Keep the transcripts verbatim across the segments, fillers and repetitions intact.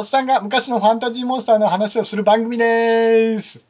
おっさんが昔のファンタジーモンスターの話をする番組でーす。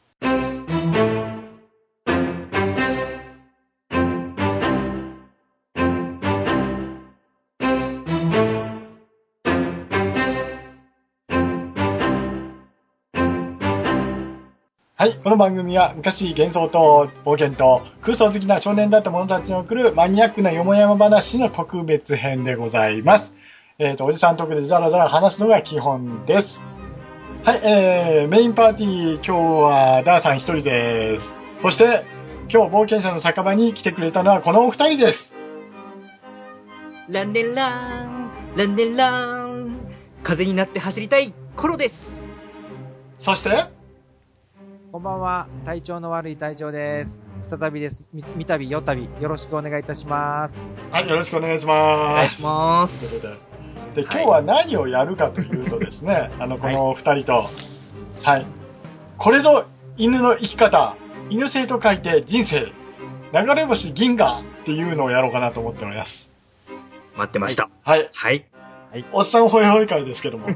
はい、この番組は昔幻想と冒険と空想好きな少年だった者たちに送るマニアックなよもやま話の特別編でございます。えっと、おじさんトークでザラザラ話すのが基本です。はい、えー、メインパーティー、今日はダーさん一人です。そして、今日冒険者の酒場に来てくれたのはこのお二人です。 ランデラン、ランデラン、風になって走りたい頃です。 そして、 こんばんは、体調の悪い隊長です。再びです。み、みたびよたび、よろしくお願いいたします。 はい、よろしくお願いします。 お願いします。 で、今日は何をやるかというとですね、はい、あの、この二人と、はい、はい。これぞ犬の生き方、犬性と書いて人生、流れ星銀河っていうのをやろうかなと思っております。 待ってました。 はい。 はい。 はい。おっさんホイホイ会ですけども。はい。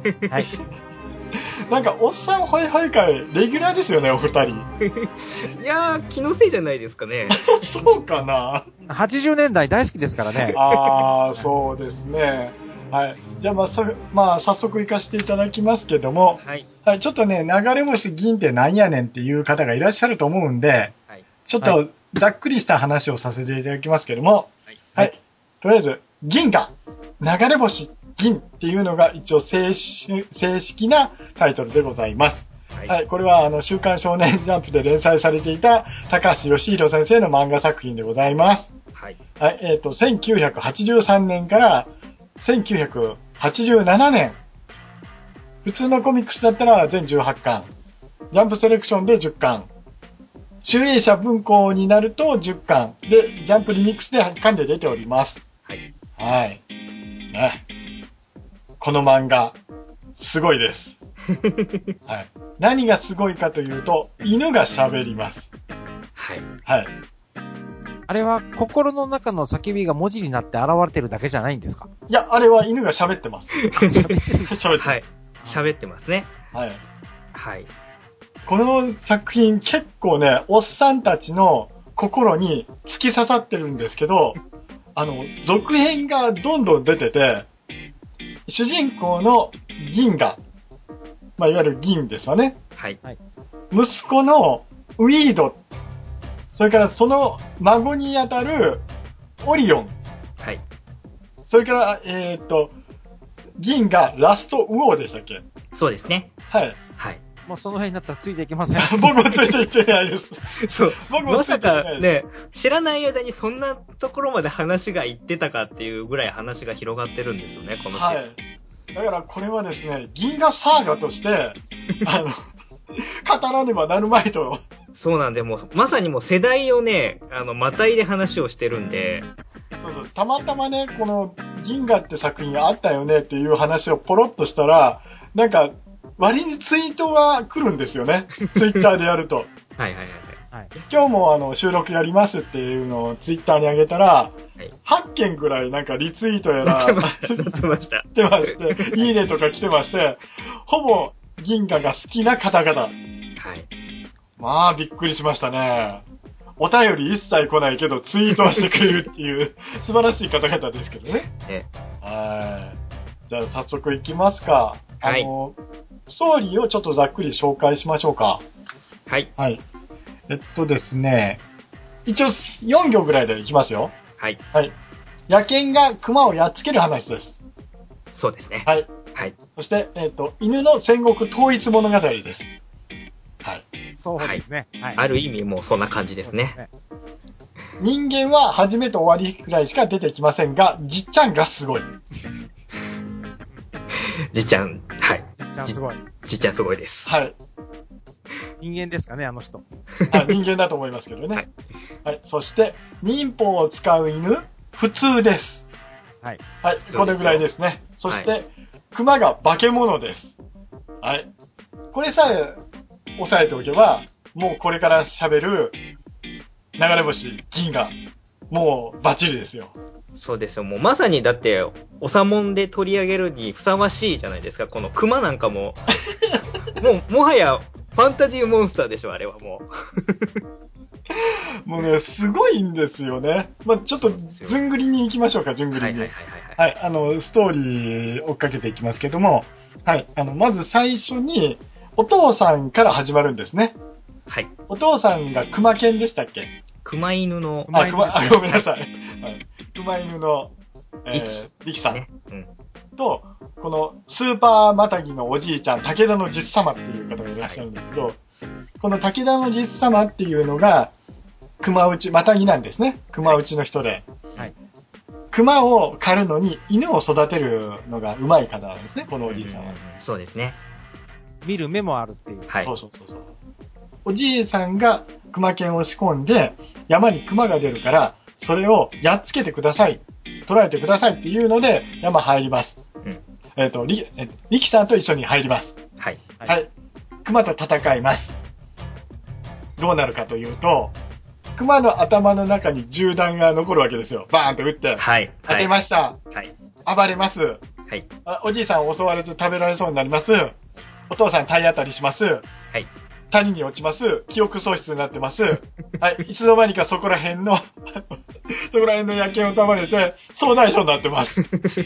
なんか、おっさんホイホイ会、レギュラーですよね、お二人。 いやー、気のせいじゃないですかね。 そうかな。 はちじゅうねんだい大好きですからね。 あー、そうですね。はい。じゃあ、まあ、そ、まあ、早速行かせていただきますけども、はい。はい。ちょっとね、流れ星銀ってなんやねんっていう方がいらっしゃると思うんで、はい。ちょっと、ざっくりした話をさせていただきますけども、はい。はい。とりあえず、銀河、流れ星銀っていうのが一応正式、正式なタイトルでございます。はい。はい、これは、あの、週刊少年ジャンプで連載されていた、高橋義弘先生の漫画作品でございます。はい。はい。えっと、せんきゅうひゃくはちじゅうさんねんから、せんきゅうひゃくはちじゅうななねん。普通のコミックスだったら全じゅうはちかん。ジャンプセレクションでじゅっかん。集英社文庫になるとじゅっかん。で、ジャンプリミックスではちかんで出ております。はい。はい。ね。この漫画、すごいです。はい。何がすごいかというと、犬が喋ります。はい。はい。 あれは心の中の叫びが文字になって現れてるだけじゃないんですか？ いや、あれは犬が喋ってます。喋ってる。喋ってます。 はい。喋ってますね。 はい。 はい。 この作品結構ね、おっさんたちの心に突き刺さってるんですけど、あの、続編がどんどん出てて、主人公の銀河、まあ、いわゆる銀ですわね。はい。息子のウィード、それからその孫にあたるオリオン。はい。それから、えっと、銀河ラストウォーでしたっけ？ そうですね。 はい。 はい。もうその辺になったらついていけません。 僕もついていってないです。 そう。僕もついていってないです。まさかね、知らない間にそんなところまで話がいってたかっていうぐらい話が広がってるんですよね、このシーン。はい。 だからこれはですね、銀河サーガとして、あの、語らねばなるまいと。 そうなんで、もう、まさにもう世代をね、あの、またいで話をしてるんで。 そうそう。たまたまね、この、銀河って作品あったよねっていう話をポロッとしたら、なんか、割にツイートが来るんですよね。ツイッターでやると。はいはいはい。はい、今日もあの収録やりますっていうのをツイッターに上げたら、はい、はっけんぐらいなんかリツイートやら、 来てました。来てました。 来てまして、いいねとか来てまして、ほぼ銀河が好きな方々。はい。まあ、びっくりしましたね。お便り一切来ないけど、ツイートはしてくれるっていう、素晴らしい方々ですけどね。えはい。じゃあ、早速行きますか。はい。あの、ストーリーをちょっとざっくり紹介しましょうか。はい。はい。えっとですね、一応よん行ぐらいでいきますよ。はい。はい。野犬が熊をやっつける話です。 そうですね。 はい。はい。そして、えっと、犬の戦国統一物語です。はい。 そうですね。 はい。ある意味もうそんな感じですね。ですね。 人間は初めと終わりくらいしか出てきませんが、じっちゃんがすごい。 じっちゃん、はい。 じっちゃんすごい。 じっちゃんすごいです。はい。 人間ですかね、あの人。 はい、人間だと思いますけどね。はい。はい。そして、民法を使う犬、普通です。はい。はい。これぐらいですね。そして、はい、熊が化け物です。はい。これさえ押さえておけば、もうこれから喋る流れ星銀河、もうバッチリですよ。 そうですよ。もうまさにだって、おさもんで取り上げるにふさわしいじゃないですか。この熊なんかも、もう、もはや、ファンタジーモンスターでしょ、あれはもう。もうね、すごいんですよね。まあちょっと、ずんぐりに行きましょうか、ずんぐりに。はいはいはいはい。はい、あの、ストーリー追っかけていきますけども、はい、あの、まず最初に、お父さんから始まるんですね。 はい。 お父さんが熊犬でしたっけ？ 熊犬の。 あ、熊、あ、ごめんなさい。はい、熊犬の、えー、リキさん、ね、うん。と、このスーパーマタギのおじいちゃん、武田の実様っていう方がいらっしゃるんですけど、はい、この武田の実様っていうのが、熊内、マタギなんですね。熊内の人で。はい。熊を狩るのに犬を育てるのが上手い方なんですね、このおじいさんは。 そうですね。 見る目もあるっていう。 はい。そうそうそうそう。おじいさんが熊犬を仕込んで、山に熊が出るから、それをやっつけてください。捕らえてくださいっていうので、山入ります。うん、えっ、ー、と、り、え、リキさんと一緒に入ります。はい。はい。熊と戦います。どうなるかというと、熊の頭の中に銃弾が残るわけですよ。バーンと撃って。はい。当てました。はい。暴れます。はい。おじいさんを襲われて食べられそうになります。お父さんに体当たりします。はい。谷に落ちます。記憶喪失になってます。はい。いつの間にかそこら辺の、そこら辺の野犬を束ねて、総大将になってます。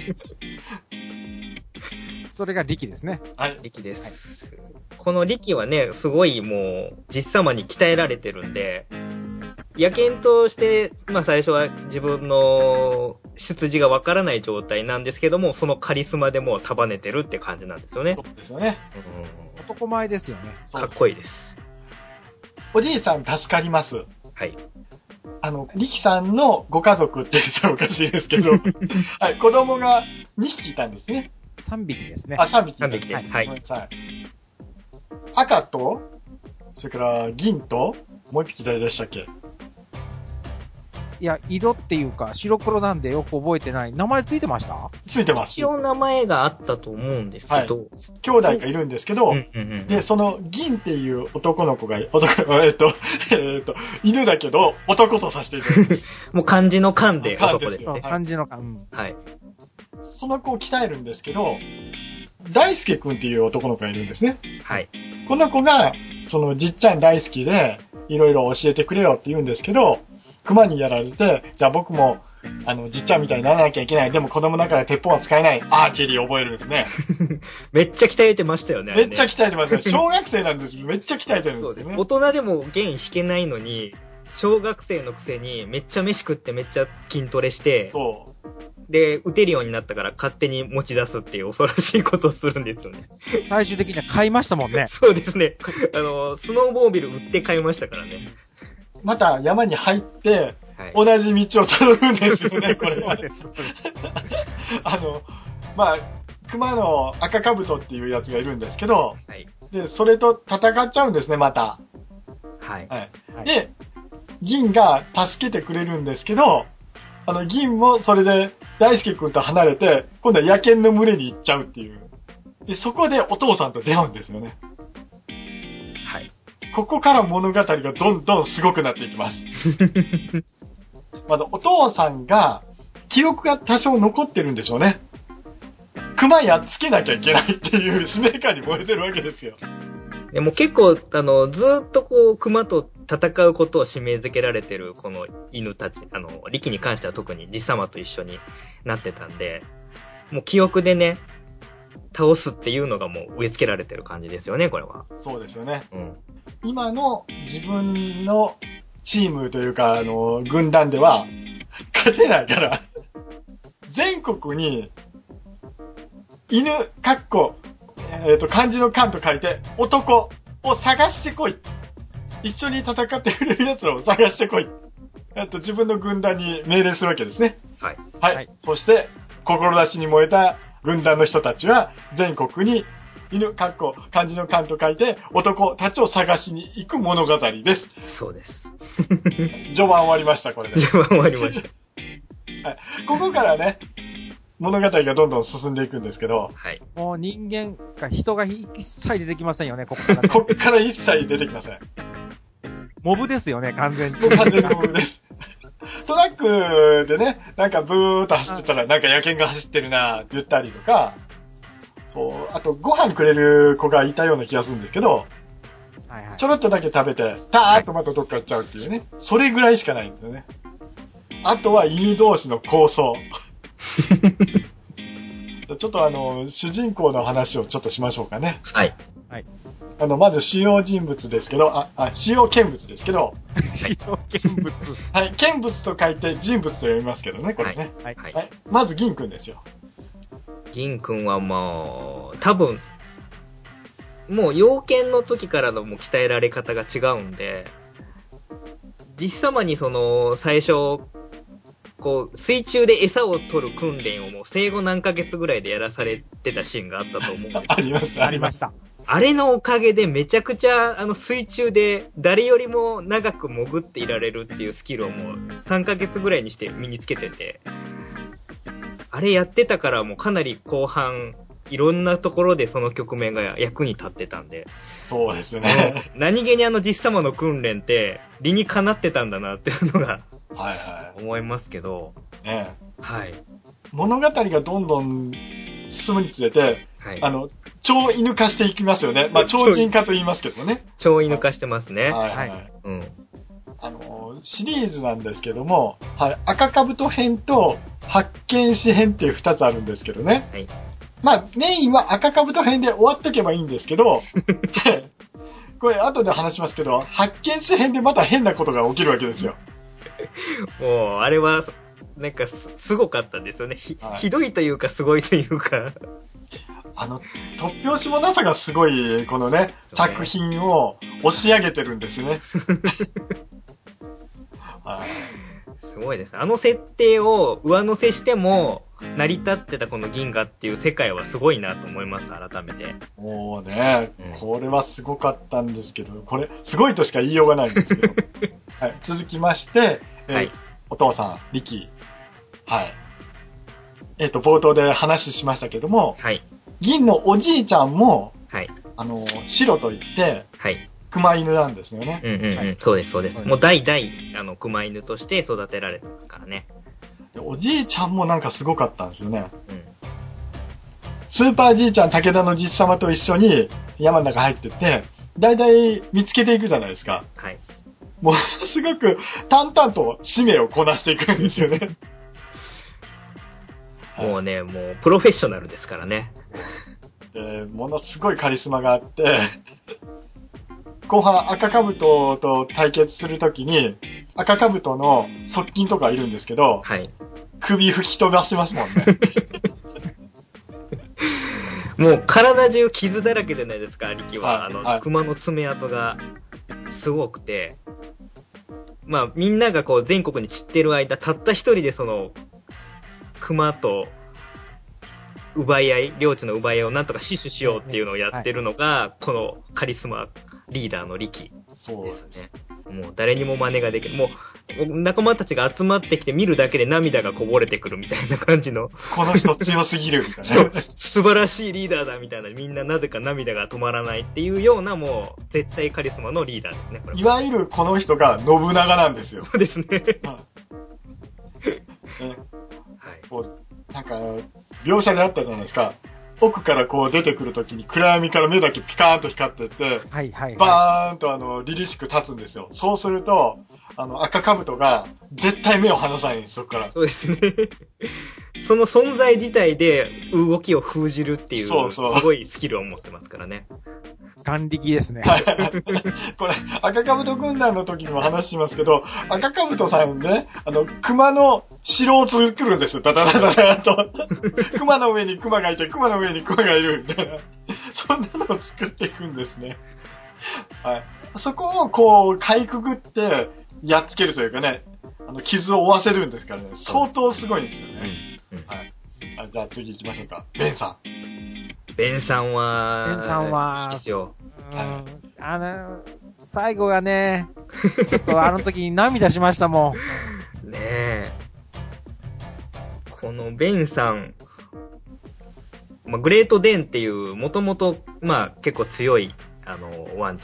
それが力ですね。 はい。力です。はい、この力はね、すごいもう、実様に鍛えられてるんで、野犬として、まあ最初は自分の出自がわからない状態なんですけども、そのカリスマでもう束ねてるって感じなんですよね。 そうですよね。 うん、男前ですよね。 かっこいいです。 おじいさん助かります。はい。あの、力さんのご家族って言ったらおかしいですけど、はい、子供がにひきいたんですね。 さんびきですね。 あ、さんびき。 さんびきです。はい。ごめんなさい。 赤と、それから銀と、もう一匹誰でしたっけ？ いや、色っていうか、白黒なんでよく覚えてない。名前ついてました？ ついてます。 一応名前があったと思うんですけど。はい、 兄弟がいるんですけど、うんうんうん、で、その銀っていう男の子が、男、えっと、えっと、犬だけど、男とさせていただきます。 もう漢字の漢で男ですね。 漢字の漢。はい。 その子を鍛えるんですけど、大輔くんっていう男の子がいるんですね。はい。この子が、そのじっちゃん大好きで、いろいろ教えてくれよって言うんですけど、熊にやられて、じゃあ僕も、あの、じっちゃんみたいにならなきゃいけない。でも子供だから鉄砲は使えない。アーチェリー覚えるんですね。 めっちゃ鍛えてましたよね。 めっちゃ鍛えてますね。小学生なんですけど、めっちゃ鍛えてるんですよね。 大人でも弦弾けないのに、小学生のくせにめっちゃ飯食ってめっちゃ筋トレして、そう。で、撃てるようになったから勝手に持ち出すっていう恐ろしいことをするんですよね。 最終的には買いましたもんね。 そうですね。あの、スノーボービル売って買いましたからね。 また山に入って、はい、同じ道をたどるんですよね、これは。あの、まあ、熊の赤かぶとっていうやつがいるんですけど、はい、で、それと戦っちゃうんですね、また。はい。はい、で、銀が助けてくれるんですけど、あの、銀もそれで大輔くんと離れて、今度は野犬の群れに行っちゃうっていう。で、そこでお父さんと出会うんですよね。はい。ここから物語がどんどんすごくなっていきます。まだお父さんが、記憶が多少残ってるんでしょうね。熊やっつけなきゃいけないっていう使命感に燃えてるわけですよ。 でも結構、あの、ずーっとこう、熊と戦うことを指名付けられてるこの犬たち、あの、力に関しては特に実様と一緒になってたんで、もう記憶でね、倒すっていうのがもう植え付けられてる感じですよね、これは。 そうですよね。うん、今の自分のチームというか、あの、軍団では勝てないから、全国に犬、かっこ、えっと、漢字の漢と書いて、男を探してこい。一緒に戦ってくれる奴らを探してこい。えっと、自分の軍団に命令するわけですね。はい。はい。はい、そして、志に燃えた軍団の人たちは、全国に犬、かっこ、漢字の漢と書いて、男たちを探しに行く物語です。 そうです。 序盤終わりました、これで。 序盤終わりました。 はい。ここからね、物語がどんどん進んでいくんですけど。 はい。もう人間か人が一切出てきませんよね、ここから、ね。 こっから一切出てきません。 モブですよね、完全に。 もう完全にモブです。 トラックでね、なんかブーっと走ってたら、なんか野犬が走ってるなって言ったりとか、そう、あとご飯くれる子がいたような気がするんですけど、はいはい、ちょろっとだけ食べて、ダーッとまたどっか行っちゃうっていうね。それぐらいしかないんですよね。あとは犬同士の抗争。ちょっとあの、主人公の話をちょっとしましょうかね。 はい。はい。 あの、まず主要人物ですけど、あ、あ主要見物ですけど。 主要見物。 はい。見物と書いて人物と読みますけどね、これね。はい。はいはい、まず銀くんですよ。 銀くんはまあ、多分、もう幼犬の時からのもう鍛えられ方が違うんで、実様にその、最初、こう、水中で餌を取る訓練をもう生後何ヶ月ぐらいでやらされてたシーンがあったと思うんですよ。 ありました、ありました。 あれのおかげでめちゃくちゃ、あの、水中で誰よりも長く潜っていられるっていうスキルをもうさんかげつぐらいにして身につけてて、あれやってたからもうかなり後半、いろんなところでその局面が役に立ってたんで。 そうですね。 何気にあの実様の訓練って理にかなってたんだなっていうのが、はいはい。思いますけど。 ね、 はい。 物語がどんどん進むにつれて、はい、あの、超犬化していきますよね。まあ、超人化と言いますけどね。 超犬化してますね。 はい、はい、はい。うん。あの、シリーズなんですけども、はい、赤かぶと編と発見士編っていう二つあるんですけどね。はい。まあ、メインは赤かぶと編で終わっとけばいいんですけど、はい。これ後で話しますけど、発見士編でまた変なことが起きるわけですよ。 もう、あれは、なんかす、すごかったんですよね。ひ、はい、ひどいというか、すごいというか。 あの、突拍子もなさがすごい、このね、ね作品を押し上げてるんですね。 はい、すごいです。あの設定を上乗せしても、成り立ってたこの銀河っていう世界はすごいなと思います、改めて。 もうね、うん、これはすごかったんですけど、これ、すごいとしか言いようがないんですけど。はい、続きまして、えーはい、お父さん、リキ。はい。えっと、冒頭で話しましたけども、はい。銀のおじいちゃんも、はい。あの、白と言って、はい。熊犬なんですよね。 うんうんうん。はい、そうです、そうです。もう代々、あの、熊犬として育てられてますからね。 おじいちゃんもなんかすごかったんですよね。うん。スーパーじいちゃん武田の実様と一緒に山の中入ってって、だいたい見つけていくじゃないですか。はい。ものすごく淡々と使命をこなしていくんですよね。 もうね、もうプロフェッショナルですからね。 で、ものすごいカリスマがあって、後半赤兜と対決するときに、赤兜の側近とかいるんですけど、はい、首吹き飛ばしますもんね。 もう体中傷だらけじゃないですか、兄貴は。はい、あの、はい、熊の爪痕がすごくて。まあ、みんながこう全国に散ってる間、たった一人でその、熊と奪い合い、領地の奪い合いをなんとか死守しようっていうのをやってるのが、はい、このカリスマリーダーの力ですね。もう誰にも真似ができる。もう仲間たちが集まってきて見るだけで涙がこぼれてくるみたいな感じの。 この人強すぎるみたいな。 そう。素晴らしいリーダーだみたいな。みんななぜか涙が止まらないっていうようなもう絶対カリスマのリーダーですね。これいわゆるこの人が信長なんですよ。 そうですね。はい。ね、 はい。こう、なんか、描写であったじゃないですか。奥からこう出てくるときに暗闇から目だけピカーンと光ってって、はいはいはい、バーンとあの、凛々しく立つんですよ。そうすると、あの、赤兜が絶対目を離さないんです、そこから。 そうですね。その存在自体で動きを封じるっていう、そうそうすごいスキルを持ってますからね。 眼力ですね。 これ、赤兜軍団の時にも話しますけど、赤兜さんね、あの、熊の城を作るんですよ。ダダダダダと。熊の上に熊がいて、熊の上に熊がいるみたいな。そんなのを作っていくんですね。はい。そこをこう、かいくぐって、やっつけるというかね、あの、傷を負わせるんですからね、相当すごいんですよね。うんうん、はい。あ、じゃあ次行きましょうか。ベンさん。 ベンさんは、 ベンさんは、 いいですよ。 うん、あの、最後がね、ちょっとあの時に涙しましたもん。ねえ。このベンさん、まあ、グレートデンっていう、もともと、まあ結構強い、あの、ワンちゃん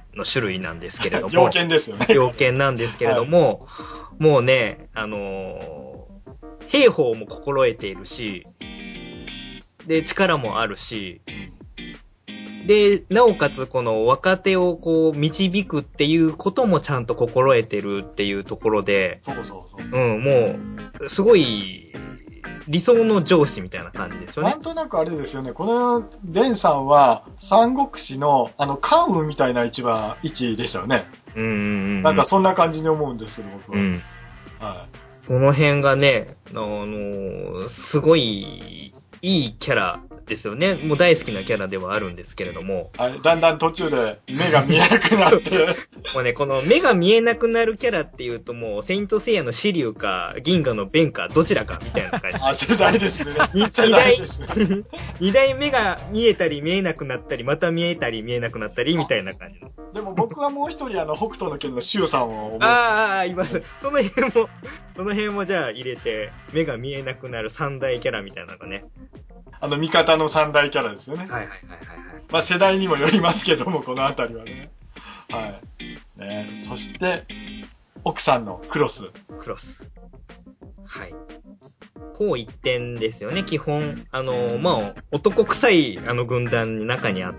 の種類なんですけれども。 要件ですよね。 要件なんですけれども、はい、もうね、あのー、兵法も心得ているし、で、力もあるし、で、なおかつこの若手をこう導くっていうこともちゃんと心得てるっていうところで、 そうそうそう。 うん、もう、すごい、理想の上司みたいな感じですよね。 なんとなくあれですよね、このベンさんは三国志のあの関羽みたいな一番位置でしたよね。 うんうんうん。 なんかそんな感じに思うんですけど、僕は。うん。 はい。この辺がね、あのー、すごい、いいキャラですよね。もう大好きなキャラではあるんですけれども。 はい、だんだん途中で目が見えなくなって。 もうね、この目が見えなくなるキャラっていうともう、セイントセイヤのシリュウか、銀河のベンか、どちらかみたいな感じ。 あ、世代ですね。 世代です。二代目が見えたり見えなくなったり、また見えたり見えなくなったり、みたいな感じの。 でも僕はもう一人あの、北斗の拳のシュウさんを思いああ、います。その辺も、その辺もじゃあ入れて、目が見えなくなる三大キャラみたいなのがね。 あの、味方の三大キャラですよね。 はいはいはいはい、はい。 まあ世代にもよりますけども、このあたりはね。はい。ね、そして、奥さんのクロス。 クロス。はい。こう一点ですよね、基本。あの、まあ、男臭いあの軍団の中にあって、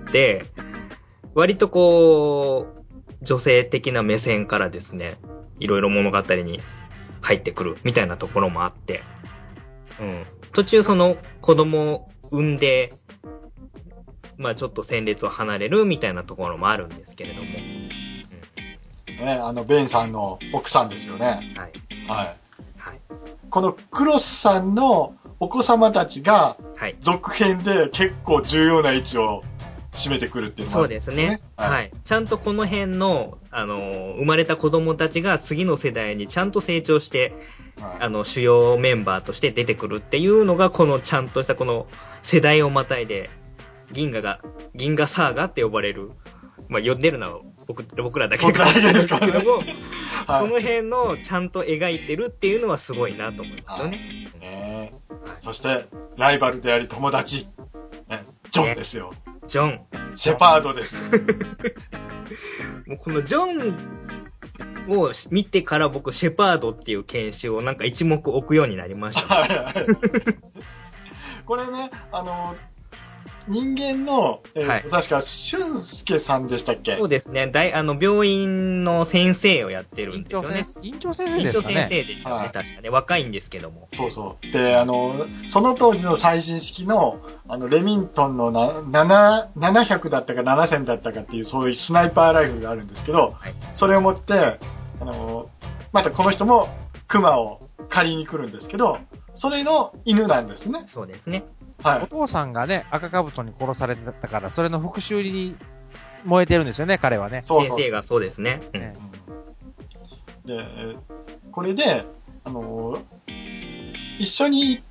割とこう、女性的な目線からですね、いろいろ物語に入ってくるみたいなところもあって、うん。途中その子供を産んで、まあちょっと戦列を離れるみたいなところもあるんですけれども。 うん、ね、あの、ベンさんの奥さんですよね。 はい。 はい。 はい。 このクロスさんのお子様たちが、続編で結構重要な位置を占めてくるっていうのは、ね、そうですね。はい、はい。ちゃんとこの辺の、あの、生まれた子供たちが次の世代にちゃんと成長して、はい、あの、主要メンバーとして出てくるっていうのが、このちゃんとしたこの世代をまたいで、銀河が、銀河サーガって呼ばれる、まあ、呼んでるのは僕、僕らだけかもしれないですけども、はい、この辺のちゃんと描いてるっていうのはすごいなと思いますよね。はい、 ねはい、そして、ライバルであり友達、ね、ジョンですよ。 ね、ジョン。 シェパードです。 もうこのジョンを見てから僕、シェパードっていう犬種をなんか一目置くようになりました、ね。はいはい。 これね、あの、人間の、えーはい、確か、俊介さんでしたっけ？ そうですね。大、あの、病院の先生をやってるんですよね。 院長先生ですかね。 院長先生でしたよね、はい、確かね。若いんですけども。 そうそう。で、あの、その当時の最新式の、あの、レミントンのな、なな、ななひゃくだったかななせんだったかっていう、そういうスナイパーライフルがあるんですけど、はい、それを持って、あの、またこの人も、熊を借りに来るんですけど、それの犬なんですね。 そうですね。 はい。お父さんがね、赤兜に殺されてたから、それの復讐に燃えてるんですよね、彼はね。 そうそう先生がそうですね。うんねで、これで、あのー、一緒に行って、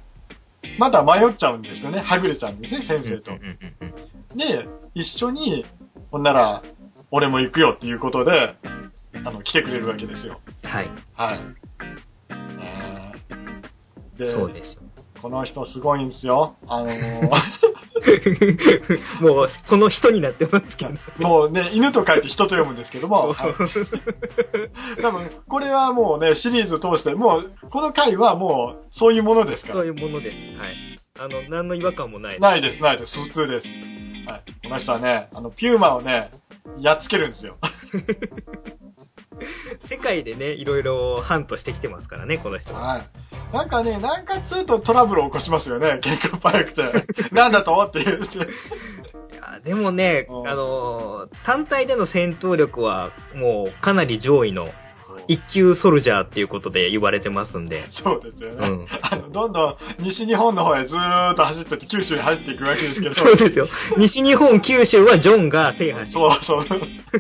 まだ迷っちゃうんですよね。はぐれちゃうんですね、先生と。で、一緒に、ほんなら、俺も行くよっていうことで、あの、来てくれるわけですよ。 はい。 はい。えー、で、 そうですよ。 この人すごいんですよ。あのー、 もう、この人になってますけど。 もうね、犬と書いて人と読むんですけども。はい、多分、これはもうね、シリーズ通して、もう、この回はもう、そういうものですから。 そういうものです。はい。あの、何の違和感もないです。 ないです、ないです。普通です。はい。この人はね、あの、ピューマをね、やっつけるんですよ。 世界でね、いろいろハントしてきてますからね、この人は。 はい。なんかね、なんかつうとトラブルを起こしますよね、喧嘩早くて。なんだとって言って。いや、でもね、あのー、単体での戦闘力は、もう、かなり上位の、一級ソルジャーっていうことで言われてますんで。 そうですよね。うん、あの、どんどん西日本の方へずーっと走ってって、九州に走っていくわけですけど。 そうですよ。西日本、九州はジョンが制覇してそうそう。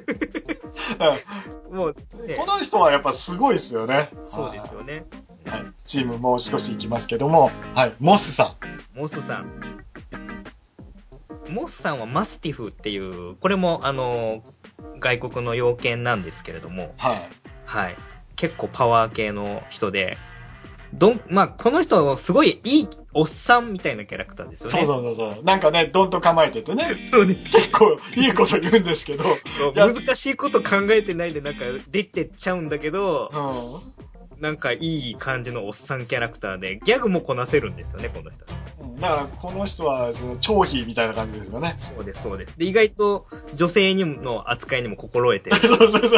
もう、ね、この人はやっぱすごいですよね。 そうですよね。 はい。チームもう少し行きますけども、はい。モスさん。モスさん。モスさんはマスティフっていう、これもあの、外国の洋犬なんですけれども、 はい。 はい。結構パワー系の人で、 どん、まあ、この人、すごいいいおっさんみたいなキャラクターですよね。 そうそうそうそう。なんかね、どんと構えててね。 そうです。 結構いいこと言うんですけど。 難しいこと考えてないでなんか出てっちゃうんだけど、うん、なんかいい感じのおっさんキャラクターで、ギャグもこなせるんですよね、この人。 うん、だから、この人は、その、張飛みたいな感じですよね。 そうです、そうです。で、意外と女性にもの扱いにも心得てる。そうそうそう。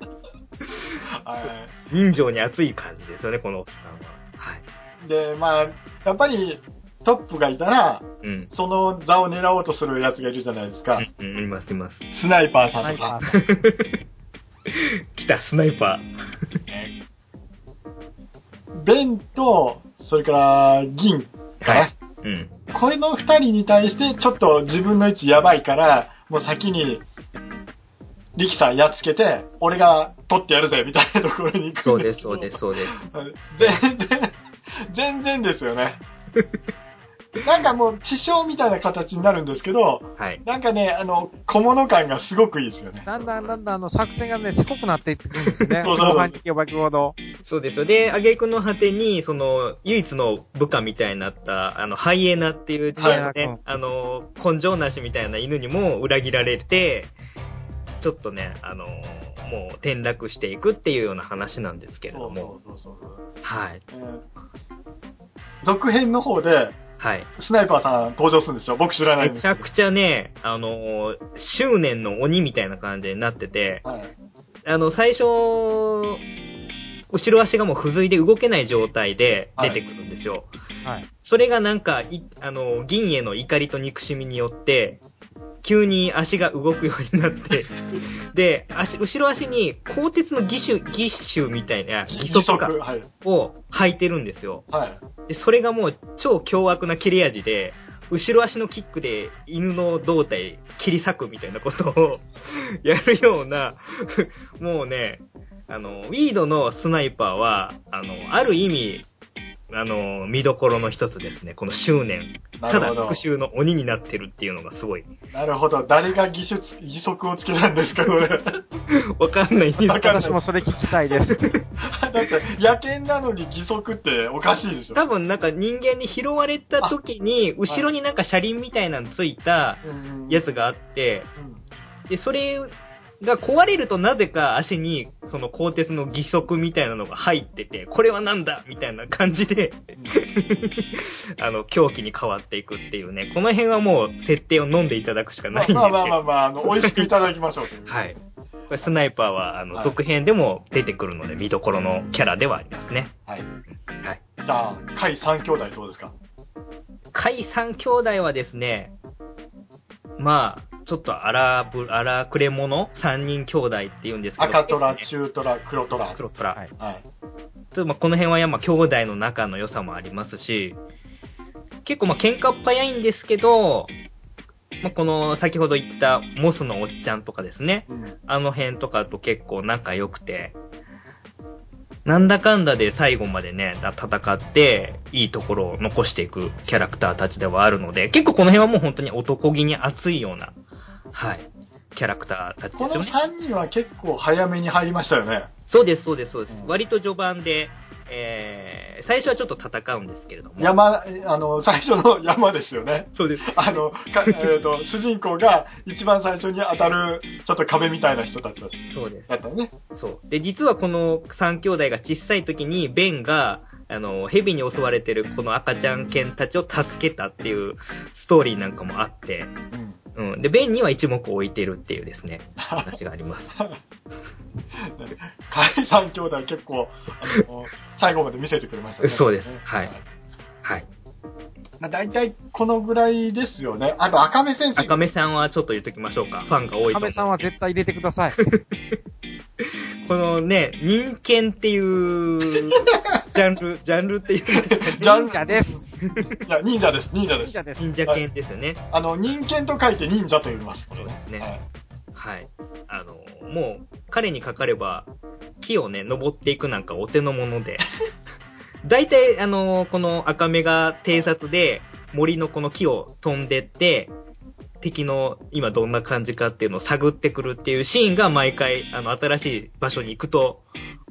人情に熱い感じですよね、このおっさんは。はい。 で、まあ、やっぱりトップがいたら、うん、その座を狙おうとするやつがいるじゃないですか。 うん、うん、います、います。 スナイパーさんとか。 来た、スナイパー。 ベンと、それから、銀かな。はい、うん。これの二人に対して、ちょっと自分の位置やばいから、もう先に、力さんやっつけて、俺が取ってやるぜ、みたいなところに行くんです。 そうです、そうです、そうです。 全然、全然ですよね。なんかもう、地匠みたいな形になるんですけど、はい。なんかね、あの、小物感がすごくいいですよね。 だんだんだんだんあの、作戦がね、せこくなっていってくるんですよね。 そうそうそう。 後半に行けば行くほど。 そうですよ。で、挙句の果てに、その、唯一の部下みたいになった、あの、ハイエナっていう、ちょっとね、あの、根性なしみたいな犬にも裏切られて、ちょっとね、あの、もう転落していくっていうような話なんですけれども。そうそうそうそう。はい。えー、 続編の方で、はい。スナイパーさん登場するんですよ。僕知らないんですけど。 めちゃくちゃね、あの、執念の鬼みたいな感じになってて、はい。あの、最初、後ろ足がもう不随で動けない状態で出てくるんですよ。はい。はい、それがなんか、い、あの、銀への怒りと憎しみによって、急に足が動くようになって、で、足、後ろ足に鋼鉄の義手、義手みたいな義足かを履いてるんですよ。はい。で、それがもう超凶悪な切れ味で、後ろ足のキックで犬の胴体切り裂くみたいなことをやるような、もうね、あの、ウィードのスナイパーは、あの、ある意味、あの、見どころの一つですね。この執念。ただ復讐の鬼になってるっていうのがすごい。 なるほど。誰が義手、義足をつけたんですか、これ。 わかんないんですけど。 私もそれ聞きたいです。だって、 野犬なのに義足っておかしいでしょ。 多分なんか人間に拾われた時に、後ろになんか車輪みたいなのついたやつがあって、で、それ、が壊れるとなぜか足にその鋼鉄の義足みたいなのが入ってて、これはなんだみたいな感じで、あの、狂気に変わっていくっていうね、この辺はもう設定を飲んでいただくしかないんですよ。 まあまあまあまあ、あの、美味しくいただきましょうという。 はい。これスナイパーは、あの、続編でも出てくるので見どころのキャラではありますね。はい。 はい。じゃあ、甲斐三兄弟どうですか？ 甲斐三兄弟はですね、まあ、ちょっと荒ぶ、荒くれ者三人兄弟って言うんですけど。 赤虎、中虎、黒虎。 黒虎。はい。はい。ちょっとまあこの辺はやっぱ兄弟の仲の良さもありますし、結構まあ喧嘩っ早いんですけど、まあこの先ほど言ったモスのおっちゃんとかですね。うん、あの辺とかと結構仲良くて、なんだかんだで最後までね、戦って、いいところを残していくキャラクターたちではあるので、結構この辺はもう本当に男気に熱いような、はい、キャラクターたちですよね。 このさんにんは結構早めに入りましたよね。 そうです、そうです、そうです。うん、割と序盤で、えー、最初はちょっと戦うんですけれども。 山、あの、最初の山ですよね。 そうです。 あの、かえっ、ー、と、主人公が一番最初に当たる、ちょっと壁みたいな人たちだし。 そうです。 だったね。 そう。で、実はこの三兄弟が小さい時に、ベンが、あの、蛇に襲われてるこの赤ちゃん犬たちを助けたっていうストーリーなんかもあって、うん。うん。で、ベンには一目置いてるっていうですね、話があります。 甲斐三兄弟結構、あの、最後まで見せてくれましたね。 そうです。はい。はい。 まあ、大体このぐらいですよね。あと、赤目先生。 赤目さんはちょっと言っときましょうか。ファンが多いと思う。 赤目さんは絶対入れてください。 このね、人犬っていうジャンル、ジャンルっていう。 忍者です。 いや、忍者です。忍者です。 忍者です。忍者犬ですよね。 あの、人犬と書いて忍者と言います。 そうですね。はい。はい。あの、もう、彼にかかれば、木をね、登っていくなんかお手の物で。大体、あの、この赤目が偵察で、森のこの木を飛んでって、敵の今どんな感じかっていうのを探ってくるっていうシーンが毎回、あの、新しい場所に行くと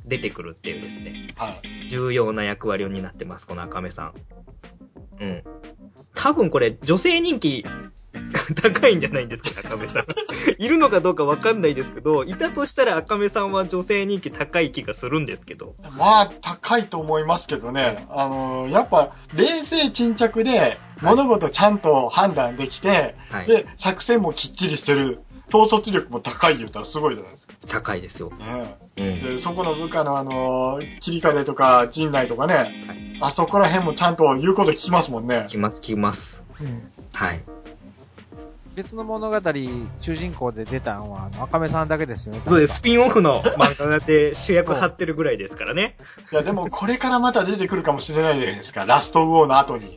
出てくるっていうですね。 はい。 重要な役割を担ってます、この赤目さん。うん。多分これ、女性人気高いんじゃないんですか、赤目さん。いるのかどうかわかんないですけど、いたとしたら赤目さんは女性人気高い気がするんですけど。 まあ、高いと思いますけどね。あの、やっぱ、冷静沈着で、物事ちゃんと判断できて、はい、で、作戦もきっちりしてる。統率力も高い言うたらすごいじゃないですか。 高いですよ。 ねうん、でそこの部下のあの、切風とか陣内とかね、はい、あそこら辺もちゃんと言うこと聞きますもんね。 聞きます、聞きます。うん、はい。 別の物語、主人公で出たのは、赤目さんだけですよね。 そうです。スピンオフの漫画で主役張ってるぐらいですからね。 いや、でもこれからまた出てくるかもしれないじゃないですか。ラストウォーの後に。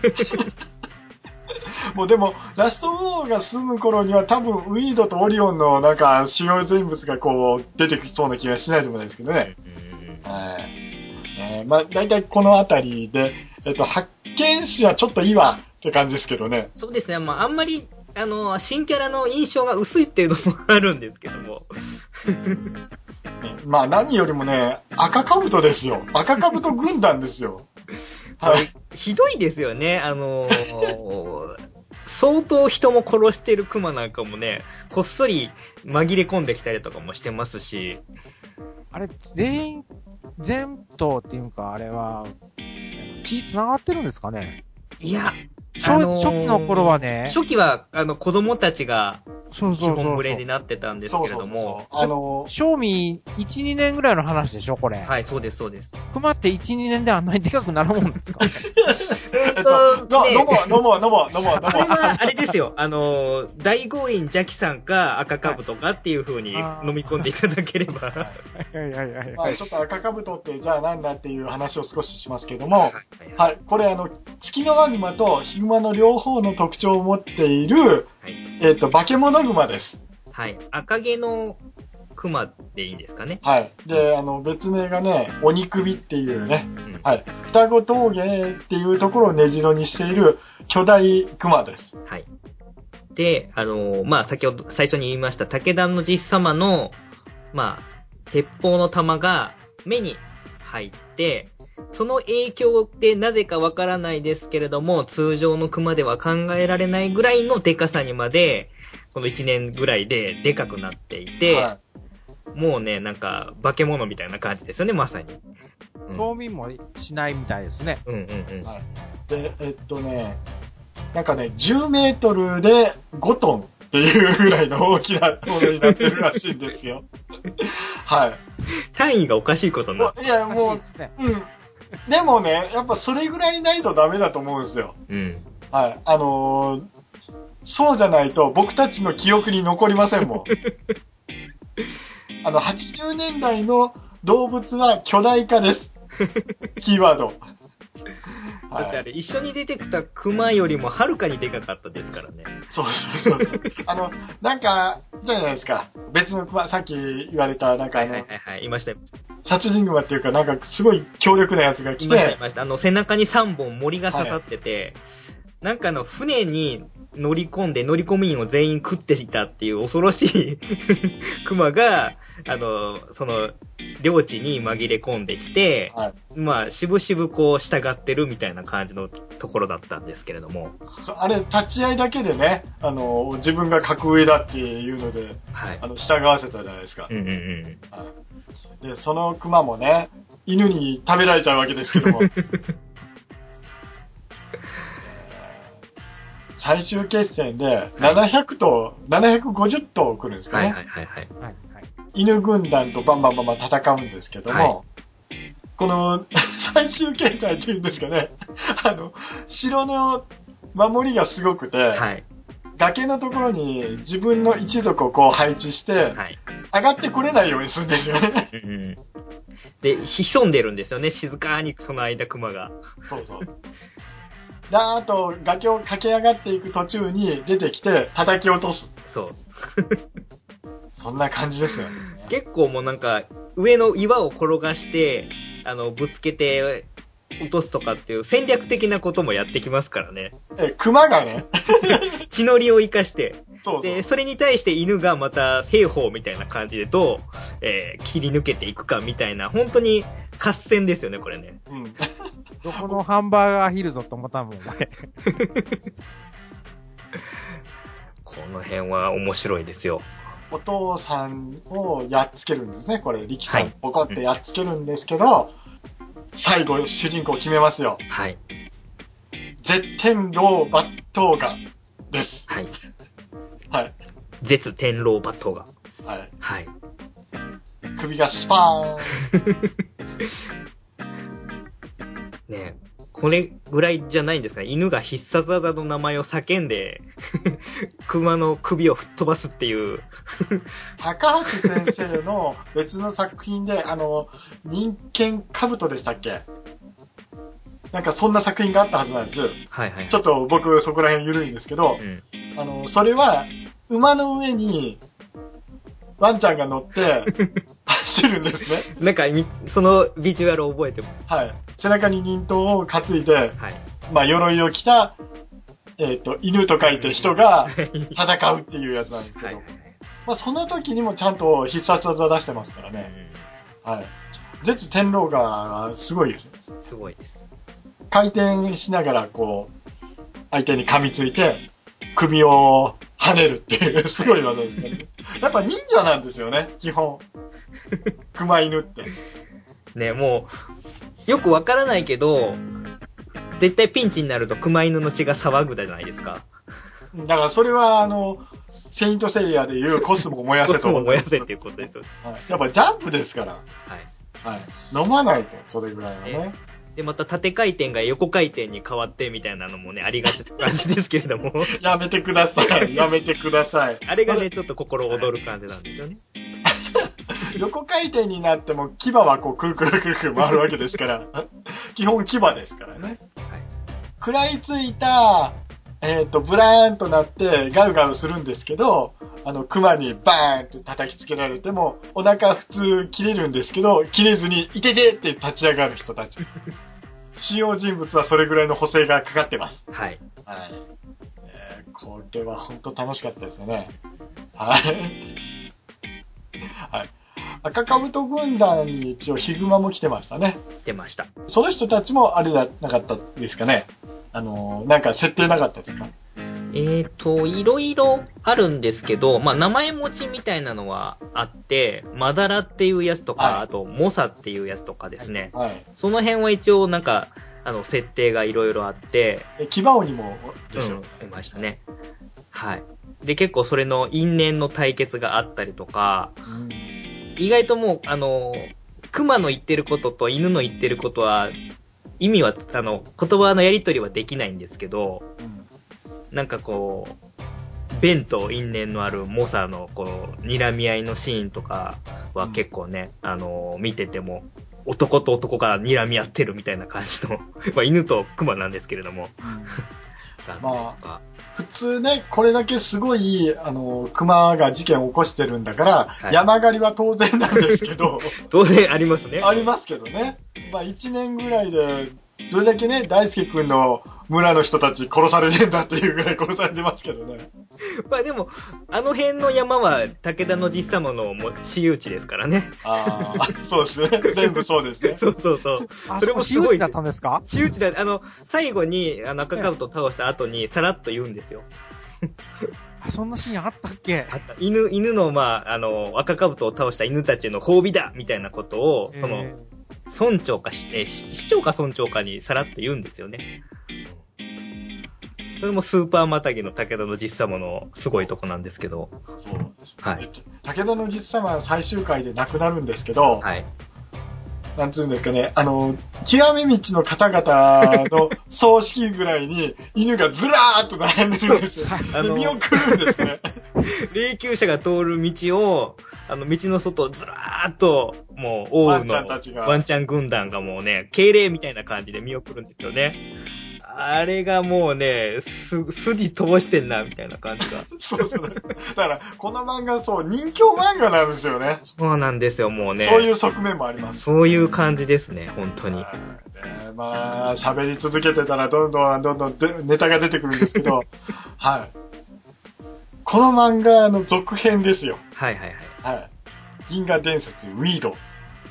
もうでも、ラストウォーが済む頃には多分、ウィードとオリオンのなんか主要人物がこう、出てきそうな気がしないでもないですけどね。はい。えー、まあ、だいたいこのあたりで、えっと、発見士はちょっといいわって感じですけどね。 そうですね。まあ、あんまり、あの、新キャラの印象が薄いっていうのもあるんですけども。 まあ、何よりもね、赤兜ですよ。赤兜軍団ですよ。 はい。ひどいですよね。あのー、相当人も殺してるクマなんかもね、こっそり紛れ込んできたりとかもしてますし。 あれ、全員、全頭っていうか、あれは、血繋がってるんですかね？ いや、 初, あのー、初期の頃はね。 初期は、あの、子供たちが、基本群れになってたんですけれども。 あのー、賞味いち、にねんぐらいの話でしょ、これ。 はい、そうです、そうです。 熊っていち、にねんであんなにでかくなるもんですか？ えっと、ね、飲もう、飲もう、飲もう、飲もう、飲もう。 それは、あれですよ。あのー、大豪院邪気さんか赤兜かっていう風に飲み込んでいただければ。はいはいはいはい。 まあ、ちょっと赤兜って、じゃあなんだっていう話を少ししますけども、はい、はいはい、これあの、月のワグマとヒグマの両方の特徴を持っている、はい、えっと、化け物グマです。 はい。赤毛のクマでいいんですかね。 はい。で、あの、別名がね、鬼首っていうね、うん、はい。双子峠っていうところを根城にしている巨大クマです。 はい。で、あのー、まあ、先ほど、最初に言いました、武田の実様の、まあ、鉄砲の弾が目に入って、その影響でなぜかわからないですけれども、通常のクマでは考えられないぐらいのデカさにまで、このいちねんぐらいでデカくなっていて、はい、もうね、なんか、化け物みたいな感じですよね、まさに。 冬眠もしないみたいですね。 うんうんうん。はい、 で、えっとね、なんかね、じゅうメートルでごトンっていうぐらいの大きなものになってるらしいんですよ。はい。 単位がおかしいことになってる。いや、もう、ね、うん。でもね、やっぱそれぐらいないとダメだと思うんですよ。 うん。 はい。あのー、そうじゃないと僕たちの記憶に残りませんもん。あの、はちじゅうねんだいの動物は巨大化です。キーワード。 だってあれ、一緒に出てきたクマよりもはるかにでかかったですからね。 そうそうそう。あの、なんか、じゃないですか。別のクマ、さっき言われた、なんかあの、 はいはいはい、いました。 殺人グマっていうか、なんかすごい強力なやつが来て。 いました、いました。あの、背中にさんぼん森が刺さってて、はい、なんかあの、船に乗り込んで乗り込み員を全員食っていたっていう恐ろしいクマが、あの、その、領地に紛れ込んできて、はい、まあ、しぶしぶこう従ってるみたいな感じのところだったんですけれども。 あれ、立ち合いだけでね、あの、自分が格上だっていうので、はい、あの、従わせたじゃないですか。 うんうんうん。 はい、で、そのクマもね、犬に食べられちゃうわけですけども。最終決戦でななひゃくとう、ななひゃくごじゅっとう来るんですかね。 はいはいはいはい。 犬軍団とバンバンバンバン戦うんですけども、はい、この最終形態っていうんですかね、あの、城の守りがすごくて、はい、崖のところに自分の一族をこう配置して、はい、上がってこれないようにするんですよね。 うん、で、潜んでるんですよね、静かにその間熊が。 そうそう。で、あと、崖を駆け上がっていく途中に出てきて叩き落とす。 そう。 そんな感じですよね。 結構もうなんか、上の岩を転がして、あの、ぶつけて、 落とすとかっていう戦略的なこともやってきますからね。 え、熊がね。 血のりを生かして。 そうそう。 で、それに対して犬がまた兵法みたいな感じでどう、えー、切り抜けていくかみたいな、本当に合戦ですよね、これね。 うん。どこのハンバーガーヒルぞと思ったもん、お前。 この辺は面白いですよ。 お父さんをやっつけるんですね、これ。力さん、 はい、 ボコってやっつけるんですけど、うん、最後、主人公決めますよ。 はい。 絶天狼抜刀画です。 はい。 はい。 絶天狼抜刀画。 はい。 はい。 首がスパーン。 ねえ。これぐらいじゃないんですかね。犬が必殺技の名前を叫んで、熊の首を吹っ飛ばすっていう。 高橋先生の別の作品で、あの、人間兜でしたっけ？なんかそんな作品があったはずなんです。はいはい、はい。 ちょっと僕そこら辺緩いんですけど、うん、あの、それは馬の上にワンちゃんが乗って走るんですね。 なんか、そのビジュアルを覚えてます。 はい。背中に忍刀を担いで、はい、まあ、鎧を着た、えっと、犬と書いて人が戦うっていうやつなんですけど、はいはいはい、まあ、その時にもちゃんと必殺技出してますからね。うん、はい。絶天狼がすごいです。 すごいです。 回転しながら、こう、相手に噛みついて、首を跳ねるっていうすごい技ですね。やっぱ忍者なんですよね、基本。熊犬って。 ね、もう、よくわからないけど、絶対ピンチになると熊犬の血が騒ぐじゃないですか。 だからそれは、あの、セイントセイヤでいうコスモを燃やせと。 コスモを燃やせっていうことですよ。 はい、やっぱジャンプですから。はい。はい。飲まないと、それぐらいはね。 で、また縦回転が横回転に変わってみたいなのもね、ありがちな感じですけれども。 やめてください。やめてください。 あれがね、ちょっと心躍る感じなんですよね。 横回転になっても牙はこうくるくるくるくる回るわけですから。基本牙ですからね。はい。食らいついた、えっと、ブラーンとなってガウガウするんですけど、あの、熊にバーンって叩きつけられても、お腹普通切れるんですけど、切れずに、いててって立ち上がる人たち。主要人物はそれぐらいの補正がかかってます。 はい。 はい。えー、これは本当楽しかったですよね。はい。はい。赤カブト軍団に一応ヒグマも来てましたね。 来てました。 その人たちもあれじゃなかったですかね。あのー、なんか設定なかったですか？ えーと、いろいろあるんですけど、まあ、名前持ちみたいなのはあって、マダラっていうやつとか、はい、あと、モサっていうやつとかですね。はい。その辺は一応なんか、あの、設定がいろいろあって。 え、キバオにもですよ、 うん、いましたね。はい。で、結構それの因縁の対決があったりとか、うん、意外ともう、あの、熊の言ってることと犬の言ってることは、意味は、あの、言葉のやり取りはできないんですけど、うんなんかこう、弁と因縁のあるモサのこの睨み合いのシーンとかは結構ね、うん、あのー、見てても、男と男が睨み合ってるみたいな感じの、まあ犬と熊なんですけれども。 うん、まあ、普通ね、これだけすごい、あの、熊が事件を起こしてるんだから、はい、山狩りは当然なんですけど。 当然ありますね。 ありますけどね。まあ一年ぐらいで、どれだけね、大輔くんの村の人たち殺されてんだっていうぐらい殺されてますけどね。 まあでも、あの辺の山は武田の実様の私有地ですからね。 ああ、そうですね。全部そうですね。 そうそうそう。 あ、それも私有地だったんですか？ 私有地だ、あの、最後に、あの、赤カブトを倒した後に、さらっと言うんですよ。 そんなシーンあったっけ？ あった。犬、犬の、まあ、あの、赤カブトを倒した犬たちの褒美だみたいなことを、その、村長かし、え、市長か村長かにさらっと言うんですよね。それもスーパーマタギの武田の実様のすごいとこなんですけど。 そうですね。 はい。 武田の実様は最終回で亡くなるんですけど、はい。なんつうんですかね、あの、極め道の方々の葬式ぐらいに犬がずらーっと並んでるんですよ。で、見送るんですね。 霊柩車が通る道を、あの、道の外をずらーっと、もう、王のワンちゃん軍団がもうね、敬礼みたいな感じで見送るんですよね。 あれがもうね、す、筋通してんな、みたいな感じが。 そうそう。だから、この漫画、そう、人気漫画なんですよね。 そうなんですよ、もうね。 そういう側面もあります。 そういう感じですね、本当に。 ね、まあ、喋り続けてたら、どんどん、どんどんネタが出てくるんですけど、はい。この漫画の続編ですよ。 はいはいはい。 はい。銀河伝説、ウィード。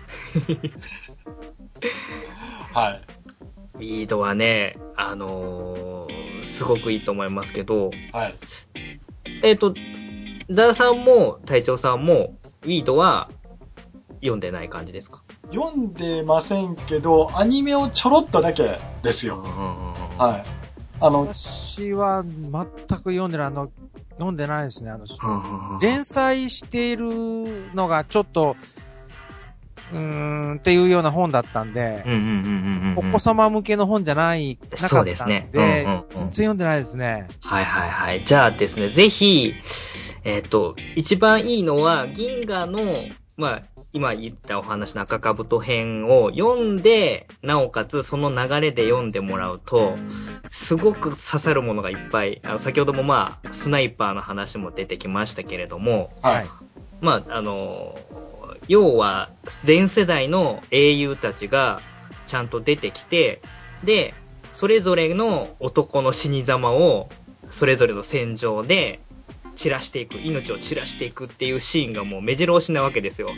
はい。 ウィードはね、あのー、すごくいいと思いますけど、 はい。 えっと、ダーさんも隊長さんも、ウィードは読んでない感じですか？ 読んでませんけど、アニメをちょろっとだけですよ。はい。あの、 私は全く読んでない、あの、読んでないですね。あの、連載しているのがちょっと、うーんっていうような本だったんで、お子様向けの本じゃない、なかったんで、そうですね。うんうんうん、全然読んでないですね。 はいはいはい。じゃあですね、ぜひ、えっと、一番いいのは、銀河の、まあ、今言ったお話の赤かぶと編を読んで、なおかつその流れで読んでもらうと、すごく刺さるものがいっぱい、あの、先ほどもまあ、スナイパーの話も出てきましたけれども、 はい。 まあ、あの、要は、全世代の英雄たちがちゃんと出てきて、で、それぞれの男の死に様を、それぞれの戦場で、散らしていく、命を散らしていくっていうシーンがもう目白押しなわけですよ。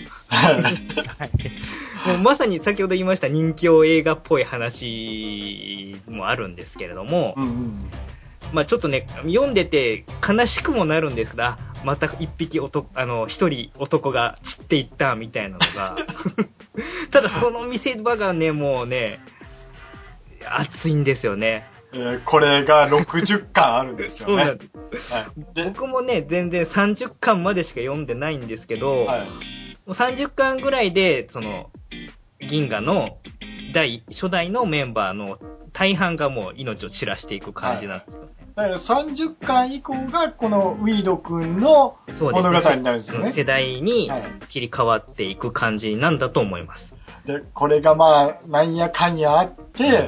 もうまさに先ほど言いました人気映画っぽい話もあるんですけれども、うんうん、まあちょっとね、読んでて悲しくもなるんですが、また一匹男、あの、一人男が散っていったみたいなのが、ただその見せ場がね、もうね、熱いんですよね。 えー、これがろくじゅっかんあるんですよね。 そうなんです、はい、で僕もね全然さんじゅっかんまでしか読んでないんですけど、はい、もうさんじゅっかんぐらいでその銀河の第初代のメンバーの大半がもう命を散らしていく感じなんですよね、はい、 だからさんじゅっかん以降がこのウィード君の物語になるんですよね。 世代に切り替わっていく感じなんだと思います。 で、これがまあなんやかんやあって、